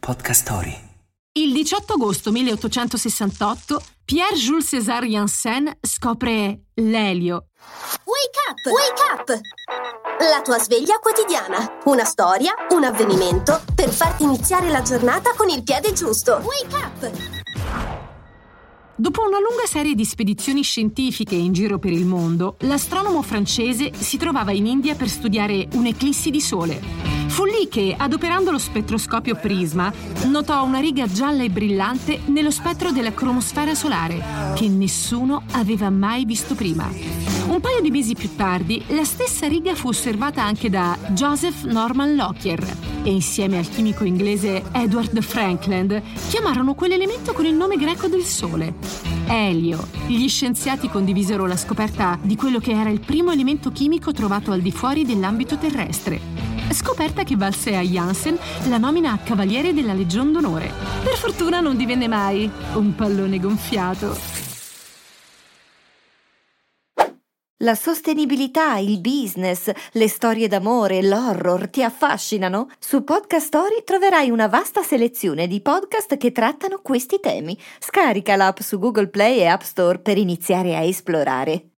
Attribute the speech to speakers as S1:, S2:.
S1: Podcast Story.
S2: Il 18 agosto 1868 Pierre-Jules César Janssen scopre l'elio.
S3: Wake up! La tua sveglia quotidiana. Una storia, un avvenimento per farti iniziare la giornata con il piede giusto. Wake up!
S2: Dopo una lunga serie di spedizioni scientifiche in giro per il mondo, l'astronomo francese si trovava in India per studiare un'eclissi di sole. Fu lì che, adoperando lo spettroscopio Prisma, notò una riga gialla e brillante nello spettro della cromosfera solare, che nessuno aveva mai visto prima. Un paio di mesi più tardi, la stessa riga fu osservata anche da Joseph Norman Lockyer e insieme al chimico inglese Edward Frankland chiamarono quell'elemento con il nome greco del Sole, elio. Gli scienziati condivisero la scoperta di quello che era il primo elemento chimico trovato al di fuori dell'ambito terrestre. Scoperta che valse a Janssen la nomina a Cavaliere della Legion d'Onore. Per fortuna non divenne mai un pallone gonfiato.
S4: La sostenibilità, il business, le storie d'amore, l'horror ti affascinano? Su Podcast Story troverai una vasta selezione di podcast che trattano questi temi. Scarica l'app su Google Play e App Store per iniziare a esplorare.